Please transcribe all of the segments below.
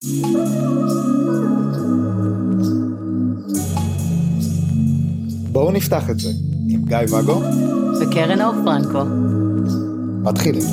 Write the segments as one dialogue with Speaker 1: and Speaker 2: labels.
Speaker 1: בואו נפתח את זה עם גיא וגו
Speaker 2: וקרן אור פרנקו.
Speaker 1: מתחילים.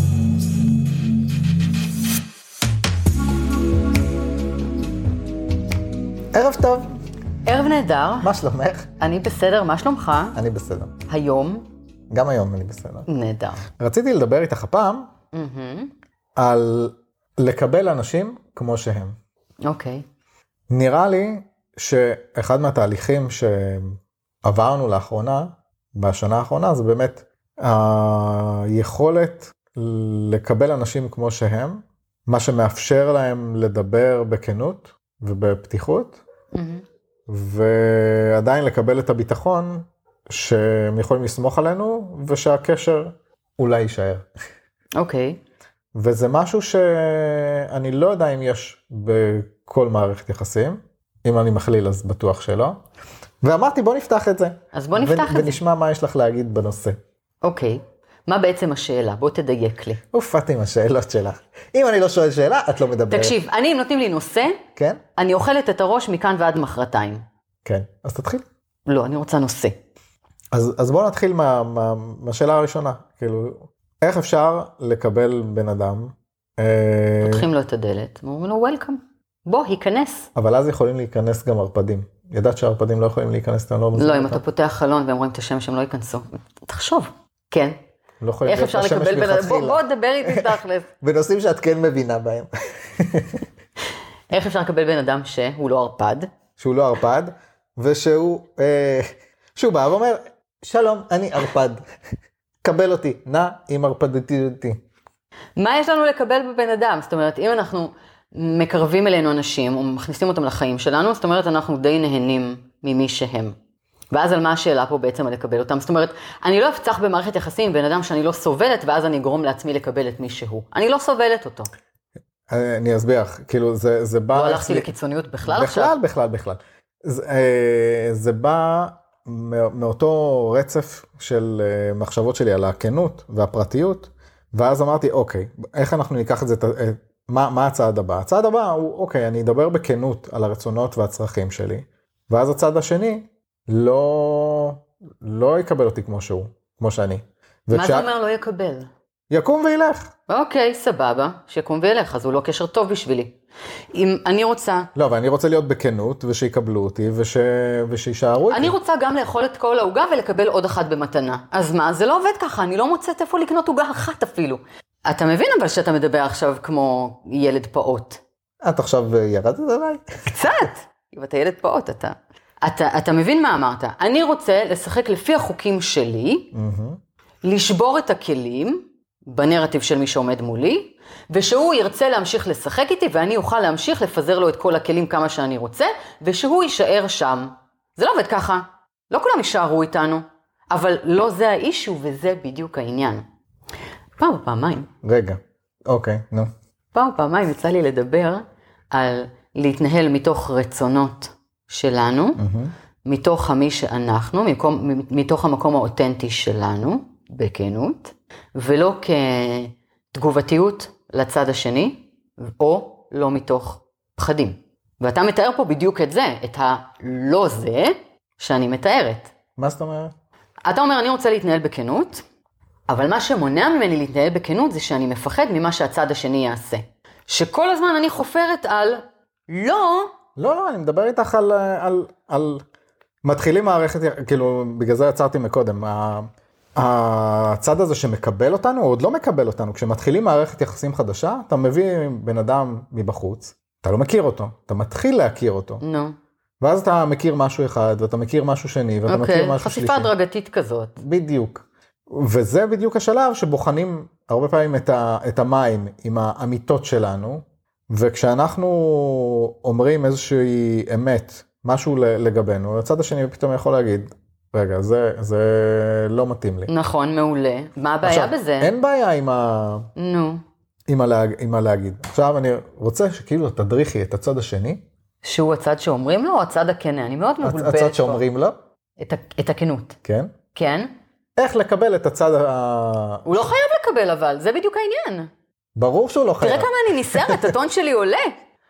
Speaker 1: ערב טוב.
Speaker 2: ערב נהדר.
Speaker 1: מה שלומך?
Speaker 2: אני בסדר, מה שלומך?
Speaker 1: אני בסדר.
Speaker 2: היום?
Speaker 1: גם היום אני בסדר.
Speaker 2: נהדר.
Speaker 1: רציתי לדבר איתך הפעם על לקבל אנשים כמו שהם.
Speaker 2: אוקיי.
Speaker 1: נראה לי שאחד מהתהליכים שעברנו לאחרונה, בשנה האחרונה, זה באמת היכולת לקבל אנשים כמו שהם, מה שמאפשר להם לדבר בכנות ובפתיחות, ועדיין לקבל את הביטחון שהם יכולים לסמוך עלינו, ושהקשר אולי יישאר.
Speaker 2: אוקיי.
Speaker 1: וזה משהו שאני לא יודע אם יש בכל מערכת יחסים, אם אני מכליל אז בטוח שלא. ואמרתי בוא נפתח את זה.
Speaker 2: אז בוא נפתח את זה.
Speaker 1: ונשמע מה יש לך להגיד בנושא.
Speaker 2: אוקיי. מה בעצם השאלה? בוא תדייק לי.
Speaker 1: אופת עם השאלות שלך. אם אני לא שואל שאלה, את לא מדברת.
Speaker 2: תקשיב, אם נותנים לי נושא,
Speaker 1: כן?
Speaker 2: אני אוכלת את הראש מכאן ועד מחרתיים.
Speaker 1: כן, אז תתחיל.
Speaker 2: לא, אני רוצה נושא.
Speaker 1: אז בוא נתחיל מהשאלה הראשונה. כאילו, איך אפשר לקבל בן אדם?
Speaker 2: פותחים לו את הדלת, אומרים לו, וולקאם. בוא, היכנס.
Speaker 1: אבל אז יכולים להיכנס גם ערפדים. ידעת שהערפדים לא יכולים להיכנס, אתם לא מזמינים
Speaker 2: לא,
Speaker 1: אותם?
Speaker 2: אם אתה פותח חלון והם רואים את השם שהם לא ייכנסו. תחשוב. כן.
Speaker 1: לא יכולים
Speaker 2: איך
Speaker 1: להיות
Speaker 2: אפשר
Speaker 1: בשמש
Speaker 2: לקבל בן אדם?
Speaker 1: מלכתחילה.
Speaker 2: בוא תדבר איתי תכלס. בנושאים
Speaker 1: שאת כן מבינה בהם.
Speaker 2: איך אפשר לקבל בן אדם שהוא לא ערפד?
Speaker 1: שהוא לא ערפד, ושהוא בא ואומר, שלום, אני ערפד. קבל אותי, נע עם ערפדתי.
Speaker 2: מה יש לנו לקבל בבן אדם? זאת אומרת, אם אנחנו מקרבים אלינו אנשים, או מכניסים אותם לחיים שלנו, זאת אומרת, אנחנו די נהנים ממי שהם. ואז על מה השאלה פה בעצם על לקבל אותם? זאת אומרת, אני לא אפצח במערכת יחסים בן אדם שאני לא סובלת, ואז אני אגרום לעצמי לקבל את מי שהוא. אני לא סובלת אותו.
Speaker 1: אני אסביר, כאילו זה בא...
Speaker 2: לא הלכתי לקיצוניות בכלל עכשיו?
Speaker 1: בכלל. זה בא מאותו רצף של מחשבות שלי על הכנות והפרטיות, ואז אמרתי, אוקיי, איך אנחנו ניקח את זה, מה הצעד הבא? הצעד הבא הוא, אוקיי, אני אדבר בכנות על הרצונות והצרכים שלי, ואז הצעד השני לא יקבל אותי כמו שהוא, כמו שאני.
Speaker 2: מה זה אומר לא יקבל?
Speaker 1: יקום וילך.
Speaker 2: אוקיי, סבבה, שיקום וילך, אז הוא לא קשר טוב בשבילי. אם אני רוצה...
Speaker 1: לא, אבל אני רוצה להיות בכנות, ושיקבלו אותי, ושישארו איתי.
Speaker 2: אני רוצה גם לאכול את כל העוגה, ולקבל עוד אחת במתנה. אז מה? זה לא עובד ככה, אני לא מוצאת איפה לקנות עוגה אחת אפילו. אתה מבין אבל שאתה מדבר עכשיו כמו ילד פעוט.
Speaker 1: את עכשיו ירדת עליי?
Speaker 2: קצת. אם אתה ילד פעוט, אתה מבין מה אמרת? אני רוצה לשחק לפי החוקים שלי, לשבור את הכלים, בנרטיב של מי שעומד מולי, ושהוא ירצה להמשיך לשחק איתי, ואני אוכל להמשיך לפזר לו את כל הכלים כמה שאני רוצה, ושהוא יישאר שם. זה לא עובד ככה. לא כולם יישארו איתנו, אבל לא זה האישו, וזה בדיוק העניין. פעם או פעמיים.
Speaker 1: רגע, אוקיי, נו.
Speaker 2: פעם או פעמיים יצא לי לדבר על להתנהל מתוך רצונות שלנו, מתוך מי שאנחנו, מתוך המקום האותנטי שלנו, בכנות, ולא כתגובתיות לצד השני, או לא מתוך פחדים. ואתה מתאר פה בדיוק את זה, את הלא זה שאני מתארת.
Speaker 1: מה זאת אומרת?
Speaker 2: אתה אומר, אני רוצה להתנהל בכנות, אבל מה שמונע ממני להתנהל בכנות זה שאני מפחד ממה שהצד השני יעשה. שכל הזמן אני חופרת על לא...
Speaker 1: לא, אני מדבר איתך על מתחילים מערכת, כאילו בגלל זה יצרתי מקודם, הצד הזה שמקבל אותנו, או עוד לא מקבל אותנו, כשמתחילים מערכת יחסים חדשה, אתה מביא בן אדם מבחוץ, אתה לא מכיר אותו, אתה מתחיל להכיר אותו.
Speaker 2: נו.
Speaker 1: ואז אתה מכיר משהו אחד, ואתה מכיר משהו שני, ואתה מכיר משהו שלישי.
Speaker 2: חשיפה הדרגתית כזאת.
Speaker 1: בדיוק. וזה בדיוק השלב שבוחנים הרבה פעמים את המים עם האמיתות שלנו, וכשאנחנו אומרים איזושהי אמת, משהו לגבינו, הצד השני פתאום יכול להגיד, רגע, זה לא מתאים לי.
Speaker 2: נכון, מעולה. מה הבעיה בזה?
Speaker 1: אין בעיה עם הלהגיד. עכשיו אני רוצה שכאילו תדריכי את הצד השני.
Speaker 2: שהוא הצד שאומרים לו או הצד הכנה? אני מאוד מבולבלת פה.
Speaker 1: הצד שאומרים לו.
Speaker 2: את הכנות.
Speaker 1: כן.
Speaker 2: כן.
Speaker 1: איך לקבל את הצד
Speaker 2: הוא לא חייב לקבל אבל, זה בדיוק העניין.
Speaker 1: ברור שהוא לא חייב.
Speaker 2: תראה כמה אני ניסרת, הטון שלי עולה.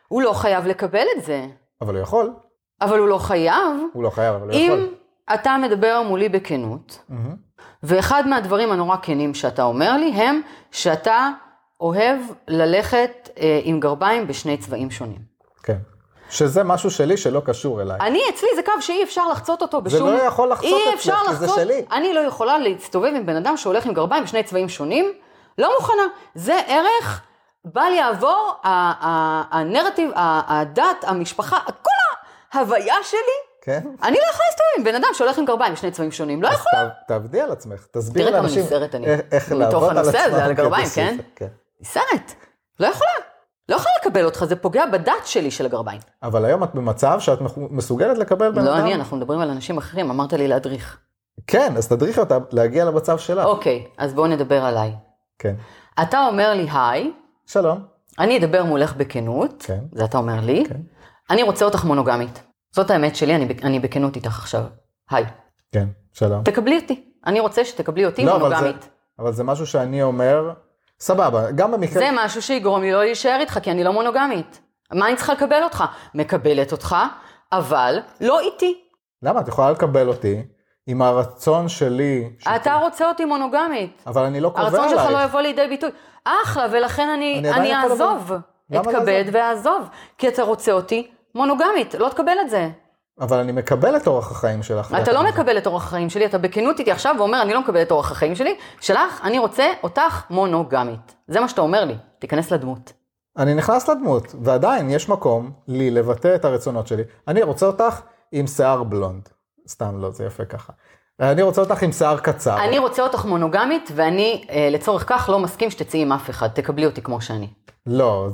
Speaker 2: הוא לא חייב לקבל את זה.
Speaker 1: אבל הוא יכול.
Speaker 2: אבל הוא לא חייב.
Speaker 1: הוא לא חייב, אבל הוא יכול.
Speaker 2: אם אתה מדבר מולי בכנות, ואחד מהדברים הנורא כנים שאתה אומר לי, הם שאתה אוהב ללכת עם גרביים בשני צבעים שונים.
Speaker 1: כן. שזה משהו שלי שלא קשור אליי.
Speaker 2: אצלי זה קו שאי אפשר לחצות אותו בשום...
Speaker 1: זה לא יכול לחצות אצלך, כי זה שלי.
Speaker 2: אני לא יכולה להסתובב עם בן אדם שהולך עם גרביים בשני צבעים שונים, לא מוכנה. זה ערך, בל יעבור, הנרטיב, הדת, המשפחה, כל ההוויה שלי,
Speaker 1: כן?
Speaker 2: אני לא יכולה להסתובב עם בן אדם שהולך עם גרביים בשני צבעים שונים, לא יכולה.
Speaker 1: אז תעבדי על עצמך, תסביר לאנשים
Speaker 2: מתוך
Speaker 1: איך לעבוד על
Speaker 2: הנושא
Speaker 1: עצמם.
Speaker 2: הזה, על הגרביים, כן? סרט. לא יכולה. לא יכולה לקבל אותך, זה פוגע בדת שלי של הגרביים.
Speaker 1: אבל היום את במצב שאת מסוגלת לקבל בן אדם?
Speaker 2: לא, אנחנו מדברים על אנשים אחרים, אמרת לי להדריך.
Speaker 1: כן, אז תדריכי אותה להגיע למצב שלה.
Speaker 2: אוקיי, אז בואו נדבר עליי.
Speaker 1: כן.
Speaker 2: אתה אומר לי היי.
Speaker 1: שלום.
Speaker 2: אני אדבר מולך בכנות.
Speaker 1: כן.
Speaker 2: זה אתה אומר לי.
Speaker 1: כן.
Speaker 2: אני רוצה אותך מונוגמית. זאת האמת שלי, אני בכנות איתך עכשיו. היי.
Speaker 1: כן, שלום.
Speaker 2: תקבלי אותי. אני רוצה שתקבלי אותי מונוגמית.
Speaker 1: אבל זה משהו שאני אומר, סבבה, גם במקרה...
Speaker 2: זה משהו שיגרום לי לא להישאר איתך, כי אני לא מונוגמית. מה אני צריכה לקבל אותך? מקבלת אותך, אבל לא איתי.
Speaker 1: למה? את יכולה לקבל אותי עם הרצון שלי...
Speaker 2: אתה רוצה אותי מונוגמית.
Speaker 1: אבל אני לא קובע עלייך.
Speaker 2: הרצון שלך לא יבוא לידי ביטוי. אחלה, ולכן אני אעזוב. אתכבד ואעזוב. כי אתה רוצה אותי מונוגמית, לא תקבל את זה.
Speaker 1: אבל אני מקבל את אורח החיים שלך.
Speaker 2: אתה לא מקבל את אורח החיים שלי, אתה בכנות איתי עכשיו ואומר, אני לא מקבל את אורח החיים שלי, שלך, אני רוצה אותך מונוגמית. זה מה שאתה אומר לי, תיכנס לדמות.
Speaker 1: אני נכנס לדמות, ועדיין יש מקום לי לבטא את הרצונות שלי. אני רוצה אותך עם שיער בלונד. סתם לא, זה יפה ככה. אני רוצה אותך עם שיער קצר.
Speaker 2: אני רוצה אותך מונוגמית, ואני לצורך כך לא מסכים שתצאי עם אף אחד. תקבלי אותי כמו שאני.
Speaker 1: לא,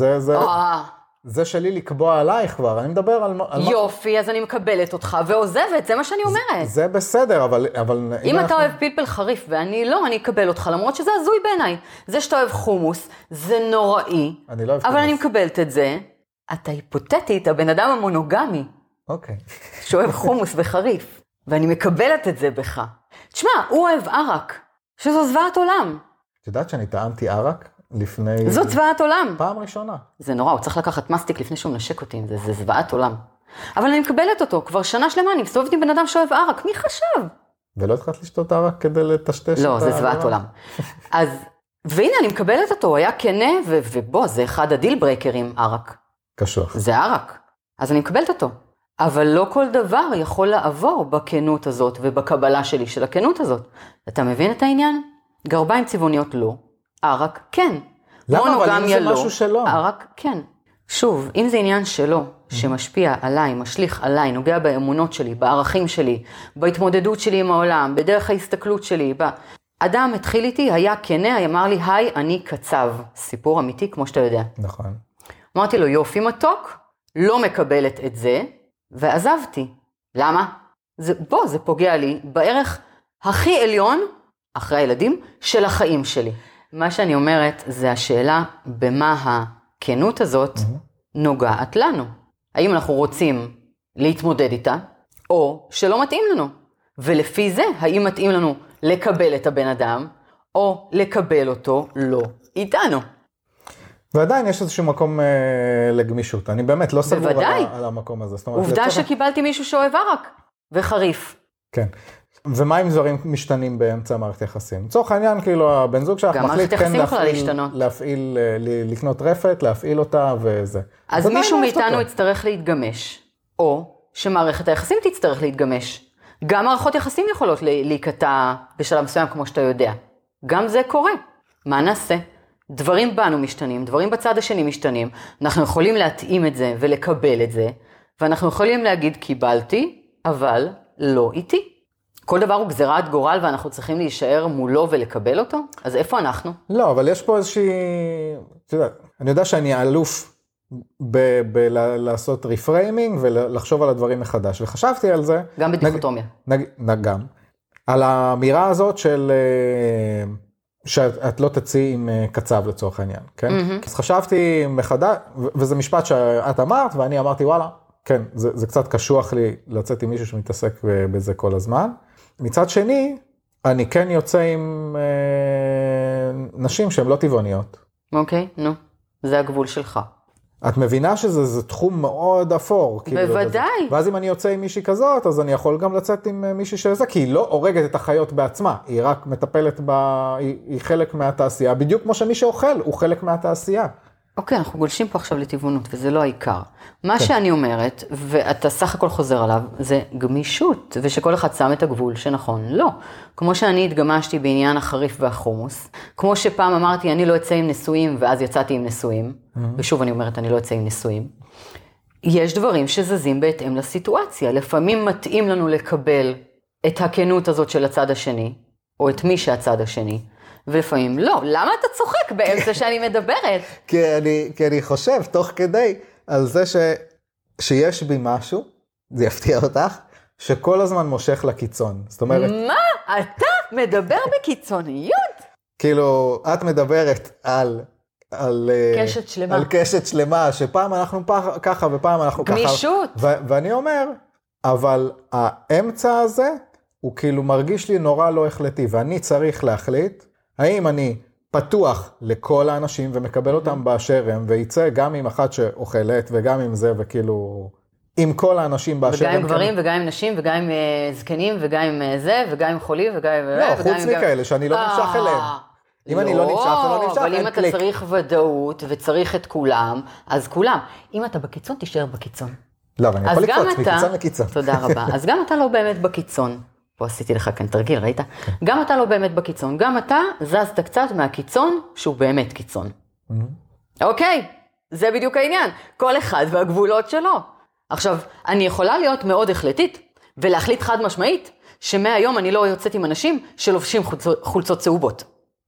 Speaker 1: זה שלי לקבוע עלייך כבר, אני מדבר על...
Speaker 2: יופי, אז אני מקבלת אותך ועוזבת, זה מה שאני אומרת.
Speaker 1: זה בסדר, אבל...
Speaker 2: אם אתה אוהב פלפל חריף ואני לא, אני אקבל אותך, למרות שזה הזוי בעיניי. זה שאתה אוהב חומוס, זה נוראי.
Speaker 1: אני לא אוהב
Speaker 2: אבל אני מקבלת את זה. אתה היפותטית, הבן אדם המונוגמי.
Speaker 1: אוקיי.
Speaker 2: שאוהב חומוס וחריף, ואני מקבלת את זה בך. תשמע, הוא אוהב ערק, שזו זוועת עולם.
Speaker 1: את יודעת שאני טעמתי ערק? לפני...
Speaker 2: זאת זוועת עולם.
Speaker 1: פעם ראשונה.
Speaker 2: זה נורא, הוא צריך לקחת מסטיק לפני שהוא נשק אותי, זה זוועת עולם. אבל אני מקבלת אותו, כבר שנה שלמה, אני מסתובבת עם בן אדם שאוהב ערק, מי חשב?
Speaker 1: ולא התחלת לשתות ערק כדי לטשטש
Speaker 2: לא, זה זוועת עולם. אז, והנה אני מקבלת אותו, הוא היה כנה, ובוא, זה אחד הדיל ברקרים, ערק.
Speaker 1: קשוח.
Speaker 2: זה ערק. אז אני מקבלת אותו. אבל לא כל דבר יכול לעבור בכנות הזאת, ובקבלה שלי של הכנות הזאת. אתה מבין את העניין? גרביים צבעוניות לא. ערק, כן.
Speaker 1: למה? אבל אם זה משהו שלו.
Speaker 2: ערק, כן. שוב, אם זה עניין שלו, שמשפיע עליי, משליך עליי, נוגע באמונות שלי, בערכים שלי, בהתמודדות שלי עם העולם, בדרך ההסתכלות שלי, אדם התחיל איתי, היה כנה, אמר לי, היי, אני קצב. סיפור אמיתי, כמו שאתה יודע.
Speaker 1: נכון.
Speaker 2: אמרתי לו, יופי מתוק, לא מקבלת את זה, ועזבתי. למה? זה פוגע לי בערך הכי עליון, אחרי הילדים, של החיים שלי. מה שאני אומרת, זה השאלה במה הכנות הזאת נוגעת לנו. האם אנחנו רוצים להתמודד איתה, או שלא מתאים לנו. ולפי זה, האם מתאים לנו לקבל את הבן אדם, או לקבל אותו לא איתנו.
Speaker 1: ועדיין יש איזשהו מקום לגמישות. אני באמת לא סבור על המקום הזה.
Speaker 2: עובדה שקיבלתי מישהו שאוהב ערק וחריף.
Speaker 1: כן. ומה אם דברים משתנים באמצע מערכת יחסים? לצורך העניין, כאילו, הבן זוג שלך מחליט כן להפעיל, לקנות רפת, להפעיל אותה וזה.
Speaker 2: אז מישהו מאיתנו יצטרך להתגמש, או שמערכת היחסים תצטרך להתגמש. גם מערכות יחסים יכולות להיקטע בשלב מסוים, כמו שאתה יודע. גם זה קורה. מה נעשה? דברים בנו משתנים, דברים בצד השני משתנים. אנחנו יכולים להתאים את זה ולקבל את זה, ואנחנו יכולים להגיד, קיבלתי, אבל לא איתי. כל דבר הוא גזירת גורל ואנחנו צריכים להישאר מולו ולקבל אותו? אז איפה אנחנו?
Speaker 1: לא, אבל יש פה איזושהי... אני יודע שאני אלוף לעשות ריפריימינג ולחשוב על הדברים מחדש, וחשבתי על זה...
Speaker 2: גם בדיכוטומיה.
Speaker 1: גם. על האמירה הזאת של... שאת לא תצאי עם קצב לצורך העניין, כן? אז חשבתי מחדש, וזה משפט שאת אמרת, ואני אמרתי, וואלה, כן, זה קצת קשוח לי לצאת עם מישהו שמתעסק בזה כל הזמן. מצד שני, אני כן יוצא עם נשים שהן לא טבעוניות.
Speaker 2: אוקיי, נו, זה הגבול שלך.
Speaker 1: את מבינה שזה תחום מאוד אפור.
Speaker 2: בוודאי.
Speaker 1: ואז אם אני יוצא עם מישהי כזאת, אז אני יכול גם לצאת עם מישהי שזה, כי היא לא הורגת את החיות בעצמה, היא רק מטפלת היא חלק מהתעשייה, בדיוק כמו שמי שאוכל הוא חלק מהתעשייה.
Speaker 2: אוקיי, אנחנו גולשים פה עכשיו לטבעונות, וזה לא העיקר. מה שאני אומרת, ואתה סך הכל חוזר עליו, זה גמישות, ושכל אחד שם את הגבול שנכון, לא. כמו שאני התגמשתי בעניין החריף והחומוס, כמו שפעם אמרתי, אני לא אצא עם נשואים, ואז יצאתי עם נשואים, ושוב אני אומרת, אני לא אצא עם נשואים. יש דברים שזזים בהתאם לסיטואציה, לפעמים מתאים לנו לקבל את הכנות הזאת של הצד השני, או את מי שהצד השני, ולפעמים לא. למה אתה צוחק באמצע שאני מדברת?
Speaker 1: כי אני חושב, תוך כדי, על זה שיש בי משהו, זה יפתיע אותך, שכל הזמן מושך לקיצון. זאת אומרת...
Speaker 2: מה? אתה מדבר בקיצוניות?
Speaker 1: כאילו, את מדברת על
Speaker 2: קשת שלמה.
Speaker 1: על קשת שלמה, שפעם אנחנו ככה ופעם אנחנו ככה.
Speaker 2: גמישות.
Speaker 1: ואני אומר, אבל האמצע הזה, הוא כאילו מרגיש לי נורא לא החלטי, ואני צריך להחליט, האם אני פתוח לכל האנשים ומקבל אותם באשר הם, ויצא גם עם אחת שאוכלת וגם עם זה, וכאילו, עם כל האנשים באשר הם.
Speaker 2: וגם עם גברים וגם עם נשים וגם עם זקנים וגם עם זה וגם עם חולים וגם עם...
Speaker 1: לא, חוץ מכאלה שאני לא נמשך אליהם. אם אני לא נמשך, אני לא נמשך,
Speaker 2: אבל אם אתה צריך ודאות וצריך את כולם, אז כולם. אם אתה בקיצון, תישאר בקיצון.
Speaker 1: לא, אבל אני יכול לקפוץ מקיצון לקיצון.
Speaker 2: תודה רבה. אז גם אתה לא באמת בקיצון. פה עשיתי לך כאן תרגיל, ראית? גם אתה לא באמת בקיצון. גם אתה זזת קצת מהקיצון שהוא באמת קיצון. אוקיי, זה בדיוק העניין. כל אחד והגבולות שלו. עכשיו, אני יכולה להיות מאוד החלטית, ולהחליט חד משמעית, שמהיום אני לא יוצאת עם אנשים שלובשים חולצות צהובות.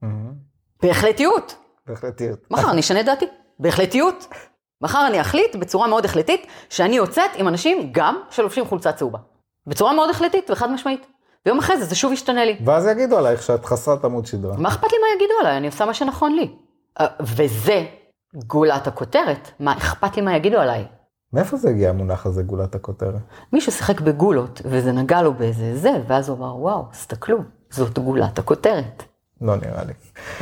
Speaker 2: בהחלטיות.
Speaker 1: בהחלטיות.
Speaker 2: מחר אני אשנה דעתי. בהחלטיות. מחר אני אחליט בצורה מאוד החלטית, שאני יוצאת עם אנשים גם שלובשים חולצה צהובה. בצורה מאוד החלטית וחד משמעית. ויום אחרי זה שוב ישתנה לי.
Speaker 1: ואז יגידו עלייך שאת חסרת עמוד שדרה.
Speaker 2: מה אכפת לי מה יגידו עליי? אני עושה מה שנכון לי. וזה גולת הכותרת. מה אכפת לי מה יגידו עליי?
Speaker 1: מאיפה זה הגיע המונח הזה, גולת הכותרת?
Speaker 2: מישהו שיחק בגולות, וזה נגע לו באיזה זה, ואז הוא אמר, וואו, סתכלו, זאת גולת הכותרת.
Speaker 1: לא נראה לי.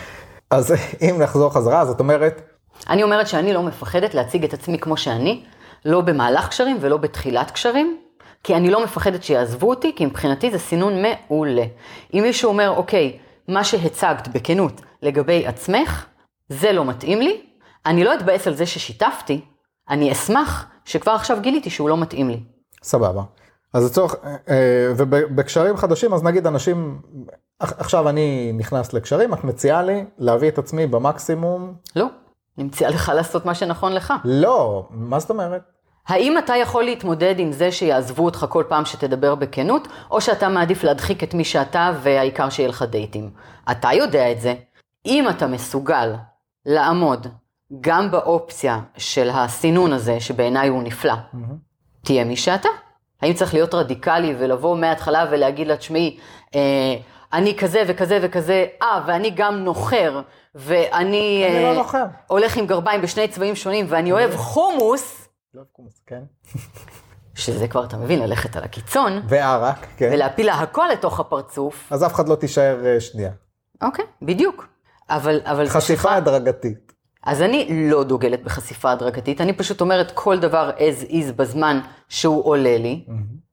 Speaker 1: אז אם נחזור חזרה, זאת אומרת...
Speaker 2: אני אומרת שאני לא מפחדת להציג את עצמי כמו שאני, לא במהלך קשרים ולא בתחילת קשרים, כי אני לא מפחדת שיעזבו אותי, כי מבחינתי זה סינון מעולה. אם מישהו אומר, אוקיי, מה שהצגת בכנות לגבי עצמך, זה לא מתאים לי, אני לא אתבאס על זה ששיתפתי, אני אשמח שכבר עכשיו גיליתי שהוא לא מתאים לי.
Speaker 1: סבבה. אז לצורך, ובקשרים חדשים, אז נגיד אנשים, עכשיו אני נכנס לקשרים, את מציעה לי להביא את עצמי במקסימום?
Speaker 2: לא, אני מציעה לך לעשות מה שנכון לך.
Speaker 1: לא, מה זאת אומרת?
Speaker 2: האם אתה יכול להתמודד עם זה שיעזבו אותך כל פעם שתדבר בכנות, או שאתה מעדיף להדחיק את מי שאתה והעיקר שיהיה לך דייטים? אתה יודע את זה. אם אתה מסוגל לעמוד גם באופציה של הסינון הזה, שבעיניי הוא נפלא, תהיה מי שאתה. האם צריך להיות רדיקלי ולבוא מההתחלה ולהגיד לעצמי, אני כזה וכזה וכזה, ואני גם נוחר, ואני
Speaker 1: לא נוחר.
Speaker 2: הולך עם גרביים בשני צבעים שונים, ואני אוהב חומוס,
Speaker 1: לא אוהב חומוס, כן.
Speaker 2: שזה כבר, אתה מבין, ללכת על הקיצון,
Speaker 1: וערק, כן.
Speaker 2: ולהפיל לה הכל לתוך הפרצוף.
Speaker 1: אז אף אחד לא תישאר שנייה.
Speaker 2: אוקיי, בדיוק. אבל
Speaker 1: חשיפה הדרגתית.
Speaker 2: אז אני לא דוגלת בחשיפה הדרגתית, אני פשוט אומרת כל דבר as is בזמן שהוא עולה לי,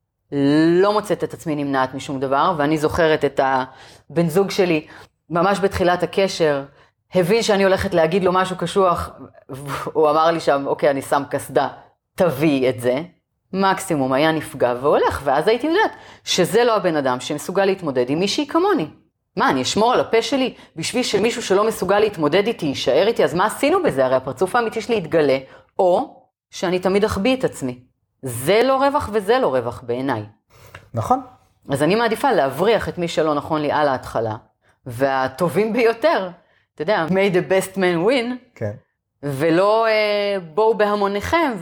Speaker 2: לא מוצאת את עצמי נמנעת משום דבר, ואני זוכרת את הבן זוג שלי, ממש בתחילת הקשר, הבין שאני הולכת להגיד לו משהו קשוח, הוא אמר לי שם, אוקיי, אני שם קסדה, תביא את זה, מקסימום היה נפגע והולך, ואז הייתי יודעת שזה לא הבן אדם שמסוגל להתמודד עם מישהי כמוני. מה, אני אשמור על הפה שלי בשביל שמישהו שלא מסוגל להתמודד איתי, יישאר איתי, אז מה עשינו בזה? הרי הפרצוף האמיתי שלי יתגלה, או שאני תמיד אחביא את עצמי. זה לא רווח וזה לא רווח בעיניי.
Speaker 1: נכון.
Speaker 2: אז אני מעדיפה להבריח את מי שלא נכון לי על ההתחלה, והטובים ביותר, אתה יודע, may the best man win,
Speaker 1: כן. ולא
Speaker 2: בואו בהמוניכם,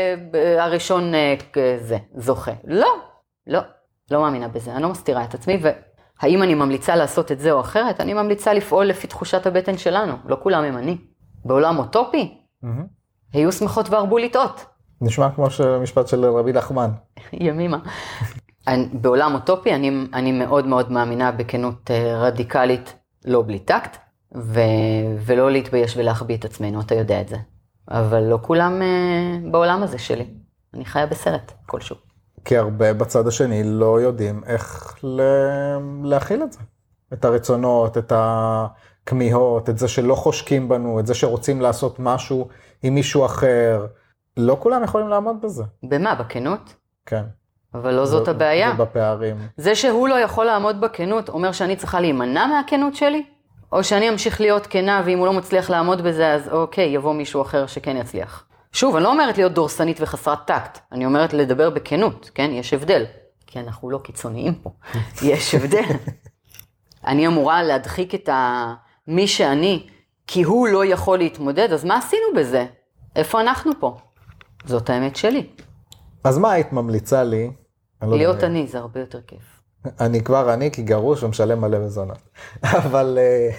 Speaker 2: והראשון זה, זוכה. לא מאמינה בזה, אני לא מסתירה את עצמי, האם אני ממליצה לעשות את זה או אחרת? אני ממליצה לפעול לפי תחושת הבטן שלנו, לא כולם הם אני. בעולם אוטופי, היו שמחות והרבו לטעות.
Speaker 1: נשמע כמו משפט של רבי נחמן.
Speaker 2: ימימה. בעולם אוטופי אני מאוד מאוד מאמינה בכנות רדיקלית, לא בלי טקט, ולא להתבייש ולהחביא את עצמנו, אתה יודע את זה. אבל לא כולם בעולם הזה שלי. אני חיה בסרט כלשהו.
Speaker 1: כי הרבה בצד השני לא יודעים איך להכיל את זה. את הרצונות, את הכמיהות, את זה שלא חושקים בנו, את זה שרוצים לעשות משהו עם מישהו אחר. לא כולם יכולים לעמוד בזה.
Speaker 2: במה? בכנות?
Speaker 1: כן.
Speaker 2: אבל לא זאת הבעיה.
Speaker 1: זה בפערים.
Speaker 2: זה שהוא לא יכול לעמוד בכנות, אומר שאני צריכה להימנע מהכנות שלי? או שאני אמשיך להיות כנה, ואם הוא לא מצליח לעמוד בזה, אז אוקיי, יבוא מישהו אחר שכן יצליח. שוב, אני לא אומרת להיות דורסנית וחסרת טקט, אני אומרת לדבר בכנות, כן? יש הבדל. כי אנחנו לא קיצוניים פה. יש הבדל. אני אמורה להדחיק את מי שאני, כי הוא לא יכול להתמודד, אז מה עשינו בזה? איפה אנחנו פה? זאת האמת שלי.
Speaker 1: אז מה היית ממליצה לי?
Speaker 2: להיות אני, זה הרבה יותר כיף.
Speaker 1: אני כבר אני, כי גרוש ומשלם מלא מזונות. אבל...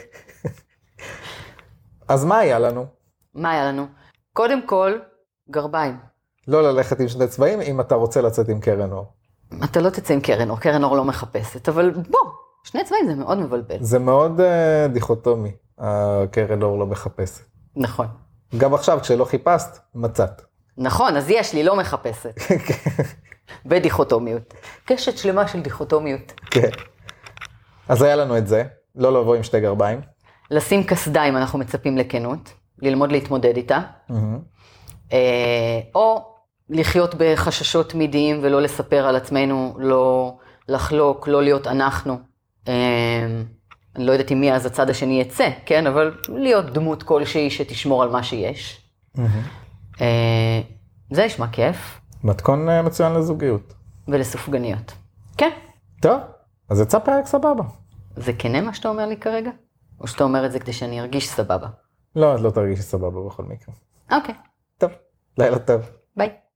Speaker 1: אז מה היה לנו?
Speaker 2: מה היה לנו? קודם כל, גרביים.
Speaker 1: לא ללכת עם שני צבעים, אם אתה רוצה לצאת עם קרן אור.
Speaker 2: אתה לא תצא עם קרן אור, קרן אור לא מחפשת, אבל בוא, שני צבעים זה מאוד מבלבל.
Speaker 1: זה מאוד דיכוטומי, הקרן אור לא מחפשת.
Speaker 2: נכון.
Speaker 1: גם עכשיו, כשלא חיפשת, מצאת.
Speaker 2: נכון, אז יש לי, לא מחפשת. בדיכוטומיות. קשת שלמה של דיכוטומיות.
Speaker 1: כן. אז היה לנו את זה, לא לבוא עם שתי גרביים.
Speaker 2: לשים קסדה אם אנחנו מצפים לכנות, ללמוד להתמודד איתה. או לחיות בחששות תמידיים ולא לספר על עצמנו, לא לחלוק, לא להיות אנחנו. אני לא יודעת אם מי אז הצד השני יצא, כן? אבל להיות דמות כלשהי שתשמור על מה שיש. זה נשמע כיף.
Speaker 1: מתכון מצוין לזוגיות.
Speaker 2: ולסופגניות. כן.
Speaker 1: טוב, אז יצא פרק סבבה.
Speaker 2: זה כנה מה שאתה אומר לי כרגע? או שאתה אומר את זה כדי שאני ארגיש סבבה?
Speaker 1: לא, את לא תרגיש סבבה בכל מקרה.
Speaker 2: אוקיי.
Speaker 1: טוב, לילה טוב.
Speaker 2: ביי.